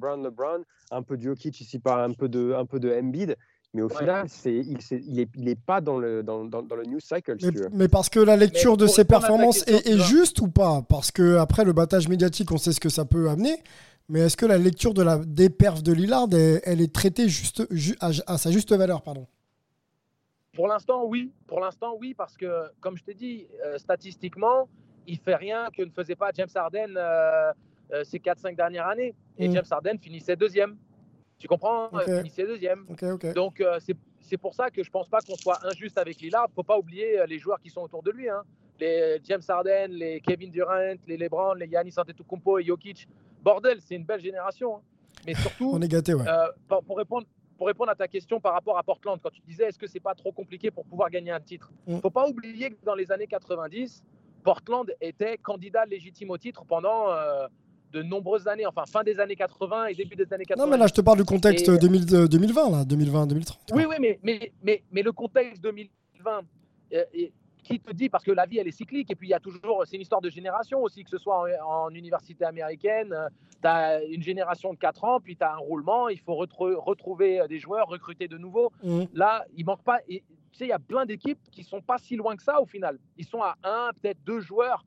un peu de Jokic ici, un peu de Embiid. Mais au final, il est pas dans le news cycle. Mais parce que la lecture de ses performances est juste ou pas? Parce que après le battage médiatique, on sait ce que ça peut amener. Mais est-ce que la lecture des perfs de Lillard, elle est traitée à sa juste valeur, pardon? Pour l'instant, oui. Parce que, comme je t'ai dit, statistiquement, il fait rien que ne faisait pas James Harden ces 4-5 dernières années. Et James Harden finissait 2e. Tu comprends? Finissait 2e. Okay. Donc, c'est pour ça que je pense pas qu'on soit injuste avec Lillard. Faut pas oublier les joueurs qui sont autour de lui. Hein. Les James Harden, les Kevin Durant, les LeBron, les Giannis Antetokounmpo et Jokic. Bordel, c'est une belle génération. Hein. Mais surtout, on est gâtés, ouais. Pour répondre à ta question par rapport à Portland, quand tu disais est-ce que c'est pas trop compliqué pour pouvoir gagner un titre, faut pas oublier que dans les années 90, Portland était candidat légitime au titre pendant de nombreuses années, enfin fin des années 80 et début des années 80. Non, mais là, je te parle du contexte 2020, là, 2020-2030. Oui, mais le contexte 2020, qui te dit, parce que la vie, elle est cyclique, et puis il y a toujours, c'est une histoire de génération aussi, que ce soit en université américaine, tu as une génération de 4 ans, puis tu as un roulement, il faut retrouver des joueurs, recruter de nouveaux. Là, il manque pas, tu sais, il y a plein d'équipes qui sont pas si loin que ça au final. Ils sont à 1, peut-être 2 joueurs,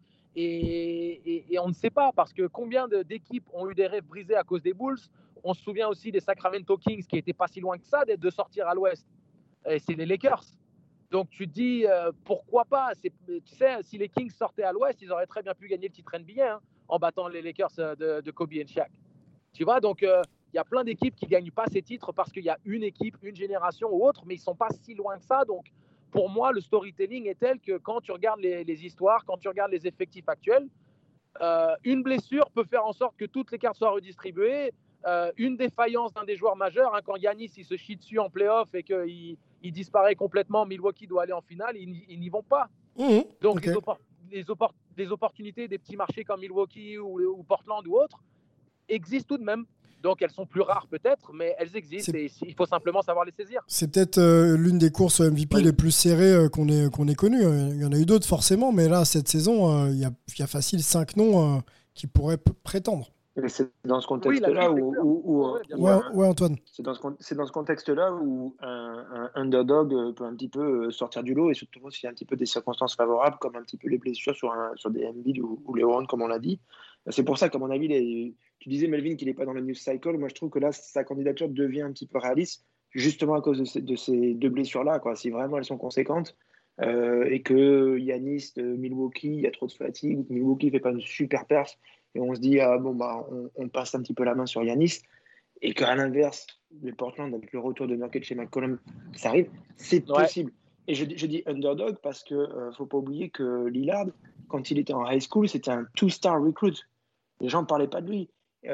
et on ne sait pas, parce que combien d'équipes ont eu des rêves brisés à cause des Bulls. On se souvient aussi des Sacramento Kings qui n'étaient pas si loin que ça de sortir à l'Ouest. Et c'est les Lakers. Donc tu te dis, pourquoi pas? Tu sais, si les Kings sortaient à l'Ouest, ils auraient très bien pu gagner le titre NBA en battant les Lakers de Kobe et Shaq. Tu vois, donc il y a plein d'équipes qui ne gagnent pas ces titres parce qu'il y a une équipe, une génération ou autre, mais ils ne sont pas si loin que ça. Donc pour moi, le storytelling est tel que quand tu regardes les histoires, quand tu regardes les effectifs actuels, une blessure peut faire en sorte que toutes les cartes soient redistribuées. Une défaillance d'un des joueurs majeurs, hein, quand Giannis il se chie dessus en play-off et qu'il disparaît complètement, Milwaukee doit aller en finale, ils n'y vont pas. Donc les opportunités des petits marchés comme Milwaukee ou Portland ou autres existent tout de même. Donc elles sont plus rares peut-être, mais elles existent et il faut simplement savoir les saisir. C'est peut-être l'une des courses MVP les plus serrées qu'on ait connues. Il y en a eu d'autres forcément, mais là cette saison, il y a facile 5 noms qui pourraient prétendre. Et c'est dans ce contexte-là ouais, Antoine. C'est dans ce contexte-là où un underdog peut un petit peu sortir du lot et surtout s'il y a un petit peu des circonstances favorables, comme un petit peu les blessures sur des Embiid ou les Warren, comme on l'a dit. C'est pour ça qu'à mon avis, tu disais Melvin qu'il n'est pas dans le news cycle. Moi, je trouve que là, sa candidature devient un petit peu réaliste, justement à cause de ces 2 blessures-là, quoi. Si vraiment elles sont conséquentes et que Giannis de Milwaukee, il y a trop de fatigue, Milwaukee ne fait pas une super perf. Et on se dit, on passe un petit peu la main sur Giannis. Et qu'à l'inverse, le Portland, avec le retour de Nurkic chez McCollum, ça arrive, c'est possible. Et je dis underdog parce qu'il ne faut pas oublier que Lillard, quand il était en high school, c'était un 2-star recruit. Les gens ne parlaient pas de lui.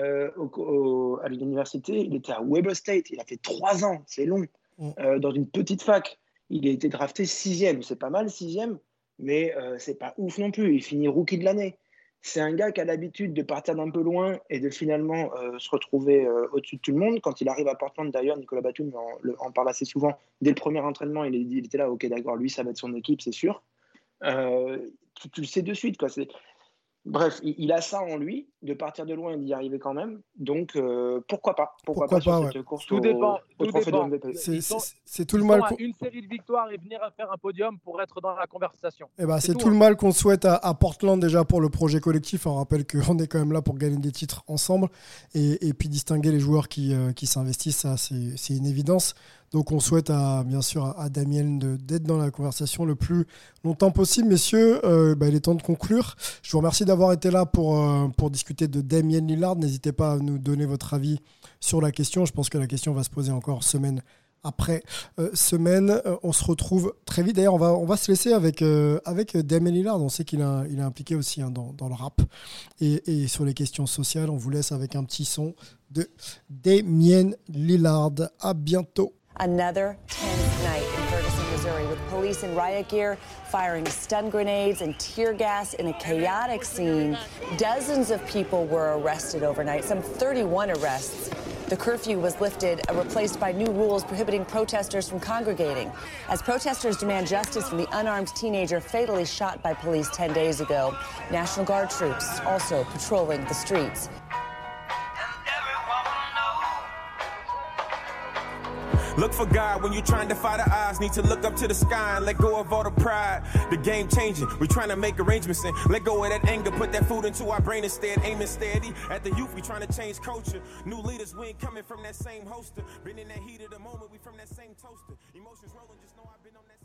À l'université, il était à Weber State. Il a fait 3 ans, c'est long, dans une petite fac. Il a été drafté 6e. C'est pas mal, 6e, mais c'est pas ouf non plus. Il finit rookie de l'année. c'est un gars qui a l'habitude de partir d'un peu loin et de finalement se retrouver au-dessus de tout le monde. Quand il arrive à Portland, d'ailleurs, Nicolas Batum en parle assez souvent. Dès le premier entraînement, il était là, ok, d'accord, lui, ça va être son équipe, c'est sûr. Tu le sais de suite, quoi. Bref, il a ça en lui, de partir de loin et d'y arriver quand même. Donc, pourquoi pas sur cette course tout dépend. trophée de MVP. C'est tout le mal. Une série de victoires et venir à faire un podium pour être dans la conversation. Eh ben, c'est tout le mal qu'on souhaite à Portland déjà pour le projet collectif. On rappelle qu'on est quand même là pour gagner des titres ensemble et puis distinguer les joueurs qui s'investissent, ça c'est une évidence. Donc on souhaite bien sûr à Damien d'être dans la conversation le plus longtemps possible. Messieurs, il est temps de conclure. Je vous remercie d'avoir été là pour discuter de Damien Lillard. N'hésitez pas à nous donner votre avis sur la question. Je pense que la question va se poser encore semaine après semaine. On se retrouve très vite. D'ailleurs, on va se laisser avec Damien Lillard. On sait qu'il est impliqué aussi dans le rap. Et sur les questions sociales, on vous laisse avec un petit son de Damien Lillard. À bientôt. Another tense night in Ferguson, Missouri, with police in riot gear firing stun grenades and tear gas in a chaotic scene. Dozens of people were arrested overnight, some 31 arrests. The curfew was lifted, replaced by new rules prohibiting protesters from congregating, as protesters demand justice for the unarmed teenager fatally shot by police 10 days ago. National Guard troops also patrolling the streets. Look for God when you're trying to defy the odds. Need to look up to the sky and let go of all the pride. The game changing, we're trying to make arrangements and let go of that anger. Put that food into our brain instead, aiming steady at the youth. We trying to change culture. New leaders, we ain't coming from that same holster. Been in that heat of the moment, we from that same toaster. Emotions rolling, just know I've been on that.